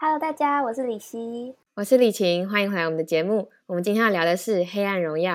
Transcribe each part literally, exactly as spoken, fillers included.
Hello， 大家，我是李希， 我是李晴，欢迎回来我们的节目。我们今天要聊的是《黑暗荣耀》。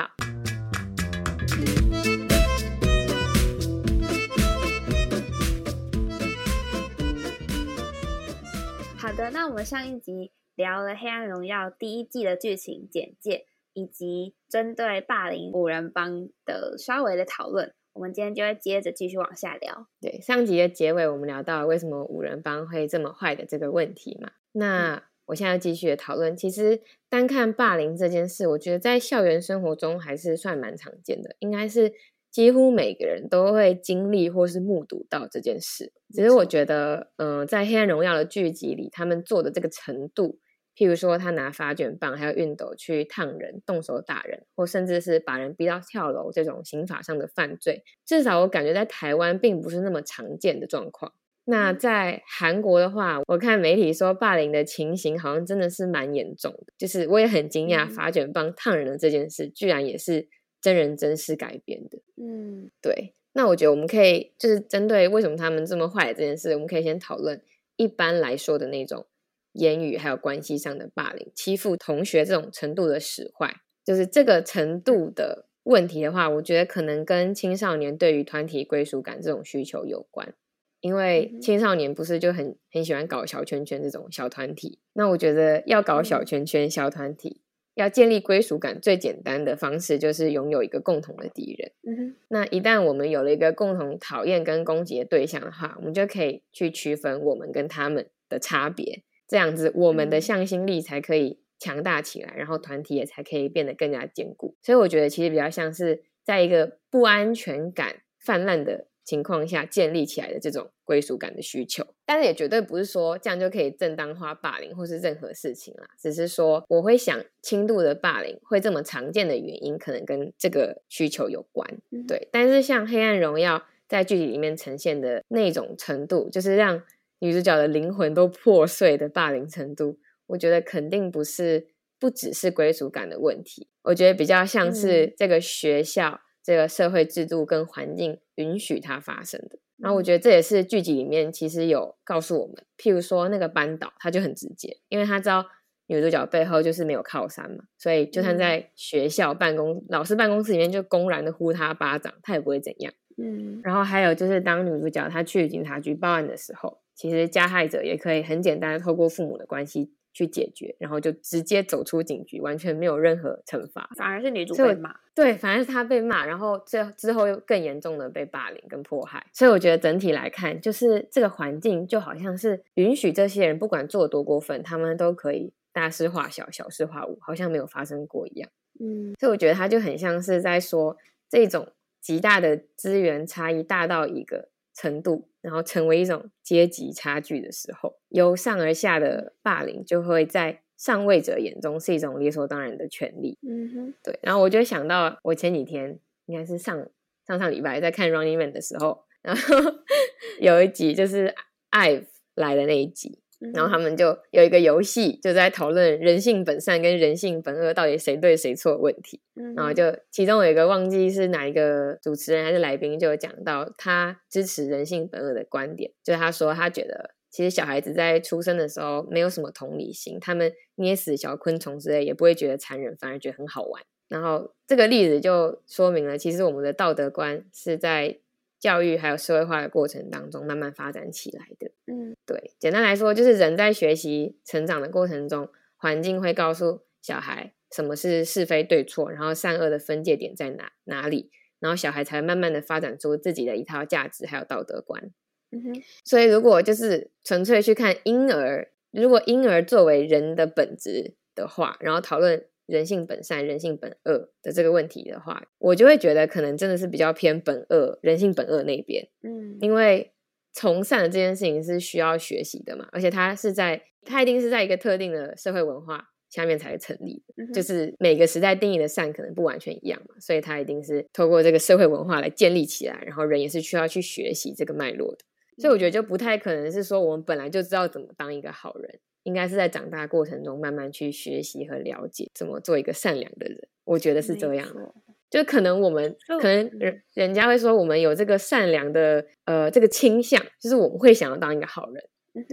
好的，那我们上一集聊了《黑暗荣耀》第一季的剧情简介，以及针对霸凌五人帮的稍微的讨论。我们今天就会接着继续往下聊。 对，上集的结尾我们聊到为什么五人帮会这么坏的这个问题嘛。那、嗯、我现在继续的讨论，其实单看霸凌这件事，我觉得在校园生活中还是算蛮常见的，应该是几乎每个人都会经历或是目睹到这件事。只是我觉得呃，在黑暗荣耀的剧集里，他们做的这个程度，譬如说他拿发卷棒还有熨斗去烫人，动手打人，或甚至是把人逼到跳楼，这种刑法上的犯罪，至少我感觉在台湾并不是那么常见的状况。那在韩国的话，我看媒体说霸凌的情形好像真的是蛮严重的，就是我也很惊讶发卷棒烫人的这件事居然也是真人真事改编的。嗯，对。那我觉得我们可以就是针对为什么他们这么坏的这件事，我们可以先讨论一般来说的那种言语还有关系上的霸凌，欺负同学这种程度的使坏，就是这个程度的问题的话，我觉得可能跟青少年对于团体归属感这种需求有关。因为青少年不是就很很喜欢搞小圈圈这种小团体，那我觉得要搞小圈圈小团体，要建立归属感最简单的方式就是拥有一个共同的敌人。嗯哼，那一旦我们有了一个共同讨厌跟攻击的对象的话，我们就可以去区分我们跟他们的差别，这样子我们的向心力才可以强大起来，然后团体也才可以变得更加坚固。所以我觉得其实比较像是在一个不安全感泛滥的情况下建立起来的这种归属感的需求。但是也绝对不是说这样就可以正当化霸凌或是任何事情啦，只是说我会想轻度的霸凌会这么常见的原因可能跟这个需求有关。嗯、对。但是像黑暗荣耀在剧集里面呈现的那种程度，就是让女主角的灵魂都破碎的霸凌程度，我觉得肯定不是不只是归属感的问题，我觉得比较像是这个学校、嗯、这个社会制度跟环境允许它发生的。然后我觉得这也是剧集里面其实有告诉我们，譬如说那个班导他就很直接，因为他知道女主角背后就是没有靠山嘛，所以就算在学校办公、嗯、老师办公室里面就公然的呼他巴掌，他也不会怎样。嗯，然后还有就是当女主角她去警察局报案的时候，其实加害者也可以很简单的透过父母的关系去解决，然后就直接走出警局，完全没有任何惩罚， 反而是女主被骂。 对，反而是她被骂，然后这之后又更严重的被霸凌跟迫害。所以我觉得整体来看，就是这个环境就好像是允许这些人不管做多过分，他们都可以大事化小，小事化无，好像没有发生过一样。嗯，所以我觉得他就很像是在说这种极大的资源差异大到一个程度，然后成为一种阶级差距的时候，由上而下的霸凌就会在上位者眼中是一种理所当然的权利。嗯哼，对。然后我就想到我前几天应该是上上上礼拜在看 Running Man 的时候，然后有一集就是 Ive 来的那一集，然后他们就有一个游戏就在讨论人性本善跟人性本恶到底谁对谁错的问题。嗯、然后就其中有一个忘记是哪一个主持人还是来宾就有讲到他支持人性本恶的观点，就是他说他觉得其实小孩子在出生的时候没有什么同理心，他们捏死小昆虫之类也不会觉得残忍，反而觉得很好玩。然后这个例子就说明了其实我们的道德观是在教育还有社会化的过程当中慢慢发展起来的。嗯，对，简单来说就是人在学习成长的过程中，环境会告诉小孩什么是是非对错，然后善恶的分界点在哪哪里，然后小孩才慢慢的发展出自己的一套价值还有道德观。嗯哼，所以如果就是纯粹去看婴儿，如果婴儿作为人的本质的话，然后讨论人性本善人性本恶的这个问题的话，我就会觉得可能真的是比较偏本恶人性本恶那边。嗯，因为从善的这件事情是需要学习的嘛，而且它是在它一定是在一个特定的社会文化下面才成立的。嗯、就是每个时代定义的善可能不完全一样嘛，所以它一定是透过这个社会文化来建立起来，然后人也是需要去学习这个脉络的。所以我觉得就不太可能是说我们本来就知道怎么当一个好人，应该是在长大过程中慢慢去学习和了解怎么做一个善良的人，我觉得是这样。就可能我们可能人人家会说我们有这个善良的呃这个倾向，就是我们会想要当一个好人，对不对？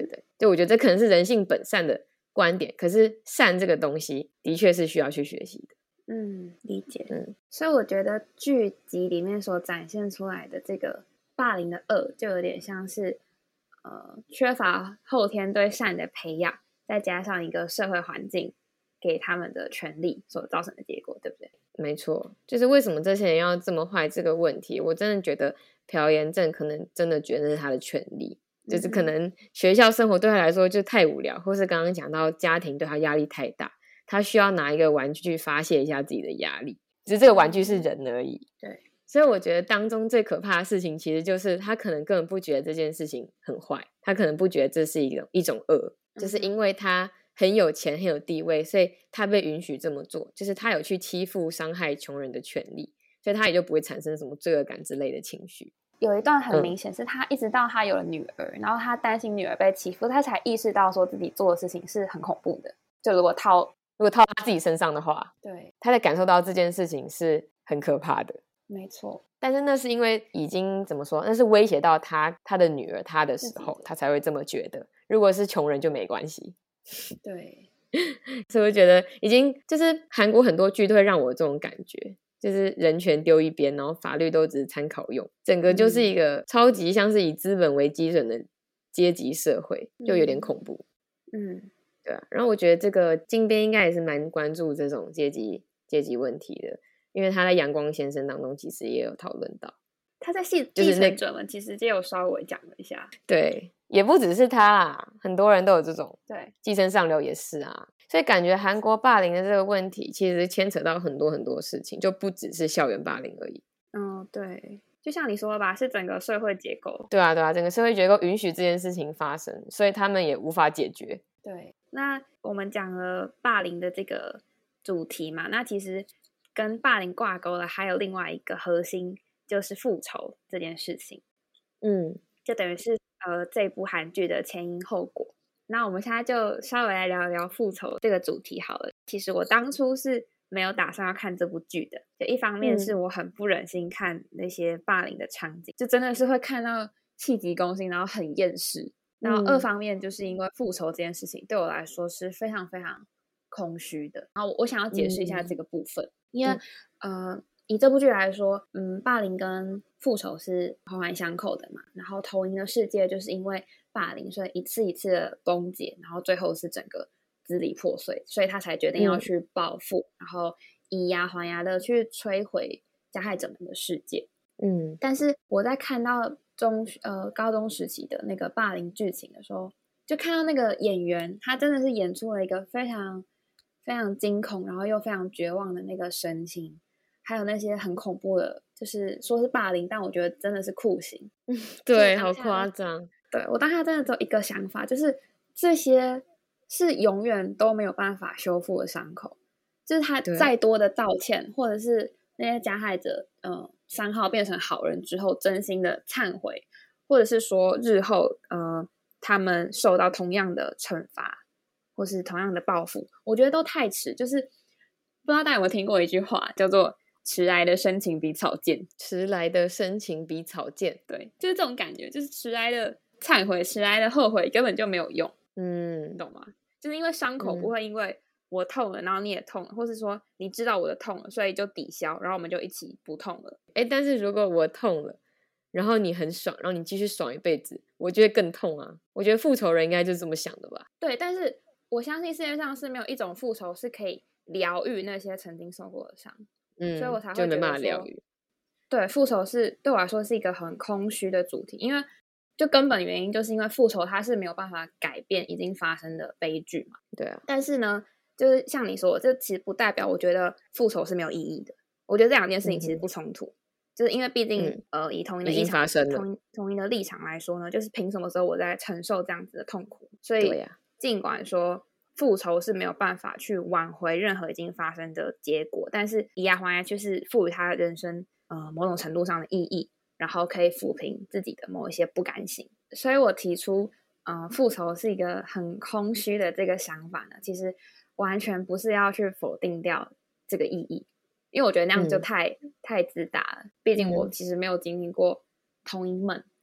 就我觉得这可能是人性本善的观点，可是善这个东西的确是需要去学习的。 嗯，理解。 嗯， 所以我觉得剧集里面所展现出来的这个霸凌的恶，就有点像是呃缺乏后天对善的培养，再加上一个社会环境给他们的权利所造成的结果，对不对？ 没错，就是为什么这些人要这么坏这个问题，我真的觉得朴妍正可能真的觉得那是他的权利，就是可能学校生活对他来说就太无聊，或是刚刚讲到家庭对他压力太大，他需要拿一个玩具去发泄一下自己的压力，只是这个玩具是人而已。 对， 所以我觉得当中最可怕的事情其实就是他可能根本不觉得这件事情很坏，他可能不觉得这是一种一种恶，就是因为他很有钱很有地位，所以他被允许这么做，就是他有去欺负伤害穷人的权利，所以他也就不会产生什么罪恶感之类的情绪。 有一段很明显是他一直到他有了女儿、嗯、然后他担心女儿被欺负，他才意识到说自己做的事情是很恐怖的，就如果套如果套他自己身上的话， 对， 他才感受到这件事情是很可怕的。 没错， 但是那是因为已经怎么说，那是威胁到他他的女儿他的时候他才会这么觉得，如果是穷人就没关系。 对， 所以我觉得已经就是韩国很多剧都会让我有这种感觉，就是人权丢一边，然后法律都只是参考用，整个就是一个超级像是以资本为基准的阶级社会，就有点恐怖。 嗯， 对啊。然后我觉得这个金边应该也是蛮关注这种阶级阶级问题的，因为他在阳光先生当中其实也有讨论到， 他在继就是那继承者们其实也有稍微讲了一下， 对，也不只是他啦，很多人都有这种， 对， 寄生上流也是啊，所以感觉韩国霸凌的这个问题其实牵扯到很多很多事情，就不只是校园霸凌而已。 嗯，对，就像你说的吧，是整个社会结构。 对啊对啊，整个社会结构允许这件事情发生，所以他们也无法解决。 对，那我们讲了霸凌的这个主题嘛，那其实跟霸凌挂钩的还有另外一个核心，就是复仇这件事情。 嗯， 就等于是呃这部韩剧的前因后果。那我们现在就稍微来聊聊复仇这个主题好了。其实我当初是没有打算要看这部剧的，就一方面是我很不忍心看那些霸凌的场景，嗯、就真的是会看到气急攻心，然后很厌世。然后二方面就是因为复仇这件事情对我来说是非常非常空虚的。然后我想要解释一下这个部分，嗯、因为、嗯、呃。以这部剧来说，嗯，霸凌跟复仇是环环相扣的嘛。然后投影的世界就是因为霸凌，所以一次一次的崩解，然后最后是整个支离破碎，所以他才决定要去报复，嗯、然后以牙还牙的去摧毁加害者们的世界。嗯，但是我在看到中呃高中时期的那个霸凌剧情的时候，就看到那个演员，他真的是演出了一个非常非常惊恐，然后又非常绝望的那个神情。还有那些很恐怖的，就是说是霸凌，但我觉得真的是酷刑。 对，好夸张。 对，我当下真的只有一个想法，就是这些是永远都没有办法修复的伤口，就是他再多的道歉，或者是那些加害者，嗯，三号变成好人之后真心的忏悔，或者是说日后呃他们受到同样的惩罚，或是同样的报复，我觉得都太迟。就是不知道大家有没有听过一句话，叫做迟来的深情比草贱， 迟来的深情比草贱， 对，就是这种感觉，就是迟来的忏悔，迟来的后悔根本就没有用， 嗯， 懂吗？就是因为伤口不会因为我痛了，然后你也痛了，或是说你知道我的痛了，所以就抵消，然后我们就一起不痛了。 哎，但是如果我痛了，然后你很爽，然后你继续爽一辈子，我觉得更痛啊。我觉得复仇人应该就是这么想的吧？ 对，但是我相信世界上是没有一种复仇是可以疗愈那些曾经受过的伤。嗯，所以我才会觉得说，就没办法疗愈。对，复仇是对我来说是一个很空虚的主题，因为就根本原因就是因为复仇它是没有办法改变已经发生的悲剧嘛。 对啊。 但是呢，就是像你说的，这其实不代表我觉得复仇是没有意义的。我觉得这两件事情其实不冲突，嗯、就是因为毕竟、嗯、呃，以同一的立场，同同一的立场来说呢，就是凭什么时候我在承受这样子的痛苦？所以，啊、尽管说。复仇是没有办法去挽回任何已经发生的结果，但是以牙还牙就是赋予他人生呃某种程度上的意义，然后可以抚平自己的某一些不甘心。所以我提出呃复仇是一个很空虚的这个想法呢，其实完全不是要去否定掉这个意义，因为我觉得那样就太、嗯、太自大了。毕竟我其实没有经历过同一梦，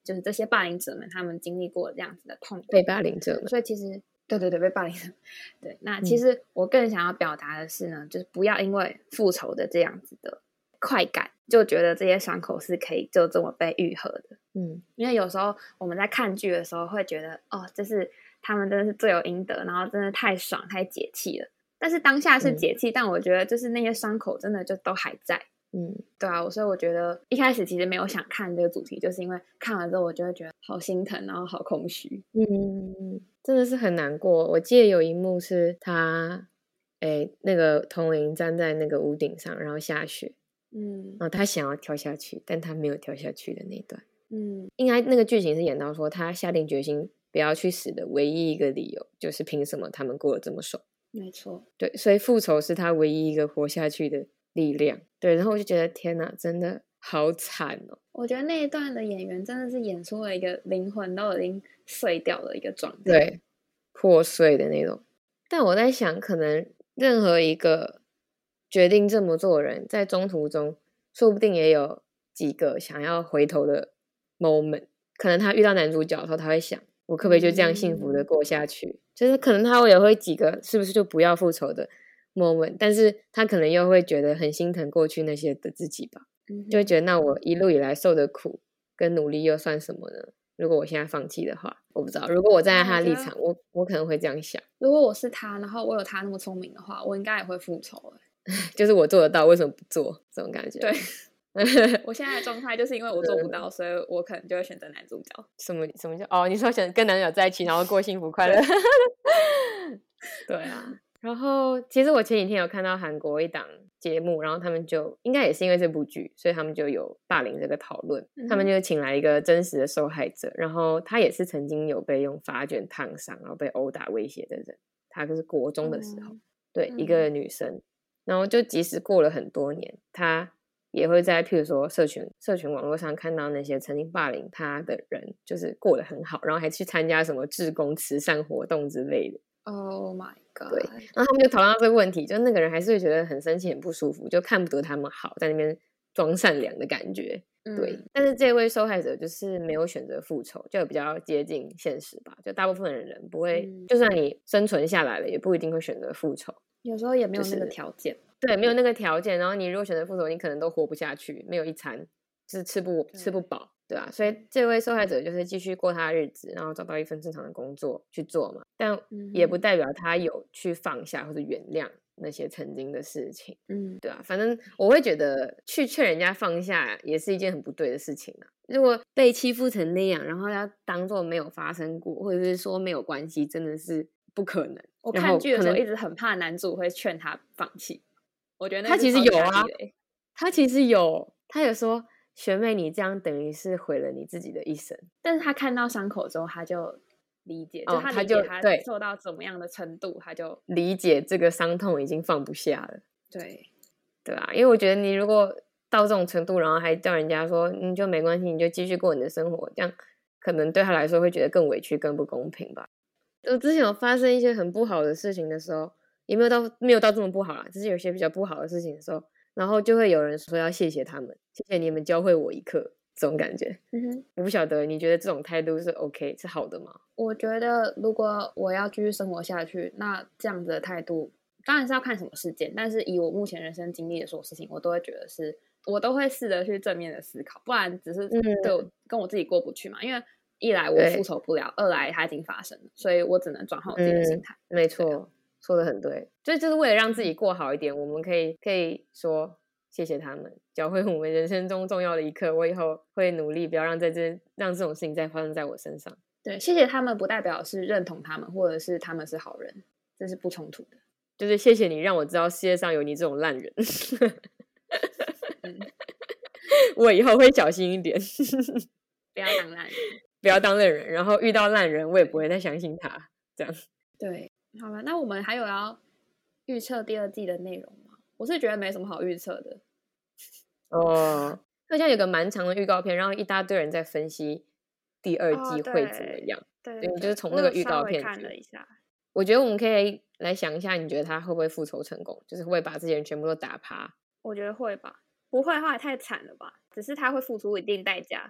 就是这些霸凌者们他们经历过这样子的痛苦， 被霸凌者们， 所以其实对对对被霸凌者，对，那其实我更想要表达的是呢，嗯、就是不要因为复仇的这样子的快感，就觉得这些伤口是可以就这么被愈合的。嗯，因为有时候我们在看剧的时候会觉得，哦，这是他们真的是罪有应得，然后真的太爽太解气了。但是当下是解气、嗯、但我觉得就是那些伤口真的就都还在。嗯，对啊，所以我觉得一开始其实没有想看这个主题，就是因为看完之后我就会觉得好心疼，然后好空虚。 嗯，真的是很难过。我记得有一幕是他，哎，那个童玲站在那个屋顶上，然后下雪，嗯，然后他想要跳下去，但他没有跳下去的那段。嗯，应该那个剧情是演到说他下定决心不要去死的唯一一个理由，就是凭什么他们过得这么爽。 没错， 对，所以复仇是他唯一一个活下去的力量。对，然后我就觉得天哪，真的好惨哦。 我觉得那一段的演员真的是演出了一个灵魂都已经碎掉的一个状态， 对，破碎的那种。但我在想，可能任何一个决定这么做的人，在中途中说不定也有几个想要回头的 moment。可能他遇到男主角的时候，他会想我可不可以就这样幸福的过下去、嗯、就是可能他也会几个是不是就不要复仇的 moment， 但是他可能又会觉得很心疼过去那些的自己吧、嗯、就会觉得那我一路以来受的苦跟努力又算什么呢？如果我现在放弃的话，我不知道，如果我站在他的立场，我我可能会这样想， 如果我是他，然后我有他那么聪明的话，我应该也会复仇、欸、 就是我做得到为什么不做，这种感觉。 对我现在的状态就是因为我做不到，所以我可能就会选择男主角。 什么什么叫哦？你说选跟男主角在一起，然后过幸福快乐？对啊。然后其实我前几天有看到韩国一档节目，然后他们就应该也是因为这部剧，所以他们就有霸凌这个讨论、嗯、他们就请来一个真实的受害者，然后他也是曾经有被用发卷烫伤，然后被殴打威胁的人，他就是国中的时候、嗯、对、嗯、一个女生，然后就即使过了很多年，他也会在譬如说社群社群网络上看到那些曾经霸凌他的人就是过得很好，然后还去参加什么志工慈善活动之类的。 Oh my god。 对，然后他们就讨论到这个问题，就那个人还是会觉得很生气很不舒服，就看不得他们好，在那边装善良的感觉、嗯、对。但是这位受害者就是没有选择复仇，就比较接近现实吧，就大部分的人不会、嗯、就算你生存下来了也不一定会选择复仇， 有时候也没有那个条件、就是对，没有那个条件，然后你如果选择复仇，你可能都活不下去，没有一餐就是吃不吃不饱，对啊，所以这位受害者就是继续过他的日子，然后找到一份正常的工作去做嘛，但也不代表他有去放下或者原谅那些曾经的事情，嗯，对啊，反正我会觉得去劝人家放下也是一件很不对的事情啊。如果被欺负成那样，然后要当作没有发生过，或者是说没有关系，真的是不可能。 我看剧的时候一直很怕男主会劝他放弃，我觉得他其实有啊，他其实有，他有说学妹你这样等于是毁了你自己的一生， 但是他看到伤口之后他就理解、哦、就他理解他受到怎么样的程度，他就理解这个伤痛已经放不下了。 对对啊，因为我觉得你如果到这种程度，然后还叫人家说你就没关系，你就继续过你的生活，这样可能对他来说会觉得更委屈更不公平吧。我之前有发生一些很不好的事情的时候，也没有到没有到这么不好啦，只是有些比较不好的事情的时候，然后就会有人说要谢谢他们，谢谢你们教会我一课，这种感觉。嗯哼，我不晓得你觉得这种态度是 OK 是好的吗？ 我觉得如果我要继续生活下去，那这样子的态度当然是要看什么事件，但是以我目前人生经历的所有事情，我都会觉得是我都会试着去正面的思考，不然只是对我、嗯、跟我自己过不去嘛，因为一来我复仇不了，二来它已经发生了，所以我只能转换我自己的心态、 嗯、没错，说得很对，所以就是为了让自己过好一点，我们可以可以说谢谢他们教会我们人生中重要的一课，我以后会努力不要让在这让这种事情再发生在我身上。 对，谢谢他们不代表是认同他们或者是他们是好人，这是不冲突的， 就是谢谢你让我知道世界上有你这种烂人嗯、我以后会小心一点不要当烂人不要当烂人，然后遇到烂人我也不会再相信他，这样。 对，好了，那我们还有要预测第二季的内容吗？我是觉得没什么好预测的哦。好像有个蛮长的预告片，然后一大堆人在分析第二季会怎么样、哦、对, 对, 对, 对，就是从那个预告片看了一下， 我觉得我们可以来想一下，你觉得他会不会复仇成功，就是会不会把这些人全部都打趴？ 我觉得会吧，不会的话也太惨了吧，只是他会付出一定代价。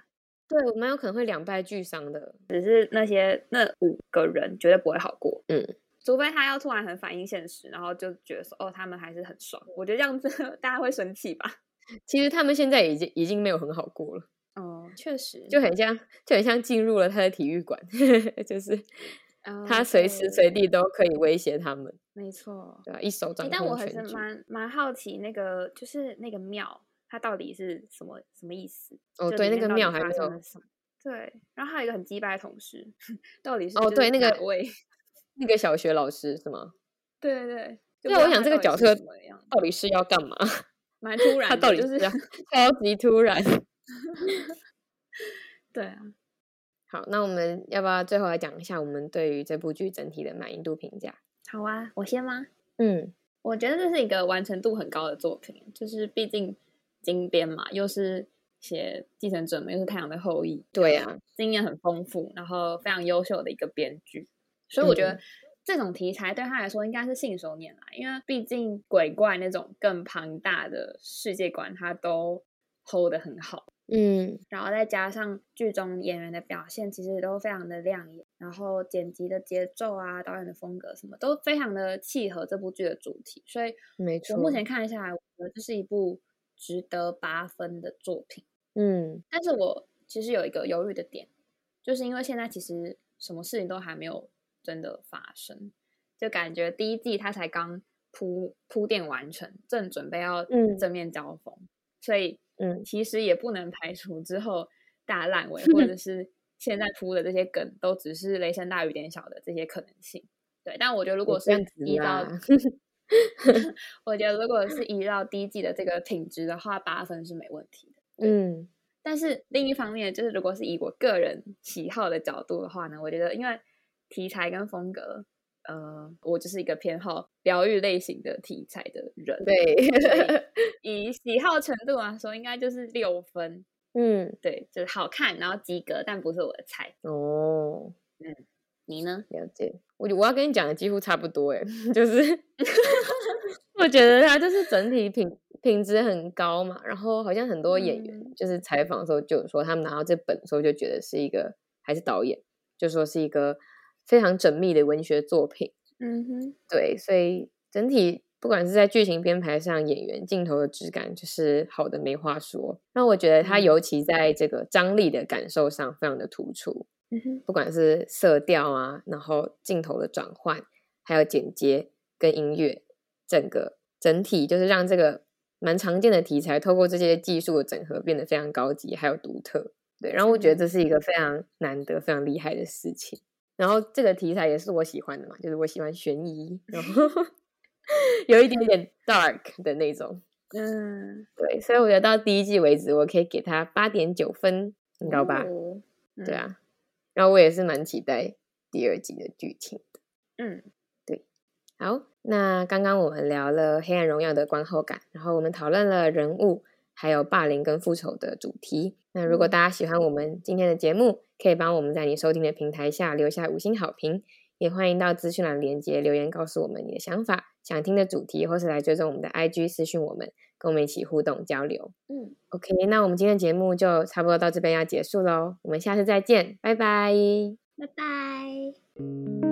对，我蛮有可能会两败俱伤的。 只是那些那五个人绝对不会好过， 嗯， 除非他要突然很反映现实，然后就觉得说哦，他们还是很爽。我觉得这样子大家会生气吧。 其实他们现在已经已经没有很好过了。 哦，确实， 就很像就很像进入了他的体育馆，就是哦他随时随地都可以威胁他们。 没错， 对吧、一手掌诶但我还是控全局。 蛮蛮好奇那个就是那个庙，它到底是什么什么意思？ 哦， 就对，那个里面到底发庙还没有。 生了什么？对，然后还有一个很鸡掰的同事，到底是哦， 就是对，那个哪位？ 那个小学老师是吗？ 对对对，就对啊，我想不知道他这个角色到底是什么样， 到底是要干嘛？ 蛮突他然的，就是到底是要超级突然。 对啊。 好，那我们要不要最后来讲一下我们对于这部剧整体的满意度评价？ 好啊，我先吗？ 嗯， 我觉得这是一个完成度很高的作品，就是毕竟金编嘛，又是写继承者们，又是太阳的后裔， 对啊， 经验很丰富，然后非常优秀的一个编剧，所以我觉得嗯这种题材对他来说应该是信手拈来，因为毕竟鬼怪那种更庞大的世界观，他都 hold 得很好。 嗯， 然后再加上剧中演员的表现，其实都非常的亮眼，然后剪辑的节奏啊、导演的风格什么都非常的契合这部剧的主题，所以没错。 我目前看下来，我觉得这是一部值得八分的作品。 嗯但是我其实有一个犹豫的点，就是因为现在其实什么事情都还没有真的发生，就感觉第一季它才刚铺铺垫完成，正准备要嗯正面交锋，所以嗯， 其实也不能排除之后大烂尾，或者是现在铺的这些梗都只是雷声大雨点小的这些可能性。对，但我觉得如果是依照，我觉得如果是依照第一季的这个品质的话，八分是没问题的。 嗯， 但是另一方面，就是如果是以我个人喜好的角度的话呢，我觉得因为题材跟风格，呃，我就是一个偏好疗愈类型的题材的人， 对， 所以以喜好程度来说，应该就是六分。 嗯， 对，就是好看，然后及格，但不是我的菜。 哦， 嗯，你呢？ 了解。我我要跟你讲的几乎差不多诶，就是我觉得它就是整体品品质很高嘛，然后好像很多演员嗯就是采访的时候就有说，他们拿到这本的时候就觉得是一个，还是导演就说是一个非常缜密的文学作品。 嗯哼， 对，所以整体不管是在剧情编排上，演员镜头的质感就是好的没话说。那我觉得它嗯尤其在这个张力的感受上非常的突出。 嗯哼， 不管是色调啊，然后镜头的转换，还有剪接跟音乐，整个整体就是让这个蛮常见的题材，透过这些技术的整合，变得非常高级还有独特。对，然后我觉得这是一个非常难得、非常厉害的事情。然后这个题材也是我喜欢的嘛，就是我喜欢悬疑，然后有一点点 dark 的那种。 嗯， 对，所以我觉得到第一季为止，我可以给它八点九分，很高吧？ 哦对啊。然后我也是蛮期待第二季的剧情的。 嗯， 对，好，那刚刚我们聊了《黑暗荣耀》的观后感，然后我们讨论了人物，还有霸凌跟复仇的主题。那如果大家喜欢我们今天的节目，可以帮我们在你收听的平台下留下五星好评，也欢迎到资讯栏连结留言告诉我们你的想法、想听的主题，或是来追踪我们的 I G 私讯我们，跟我们一起互动交流。 嗯 OK，那我们今天的节目就差不多到这边要结束咯，我们下次再见，拜拜。 拜拜。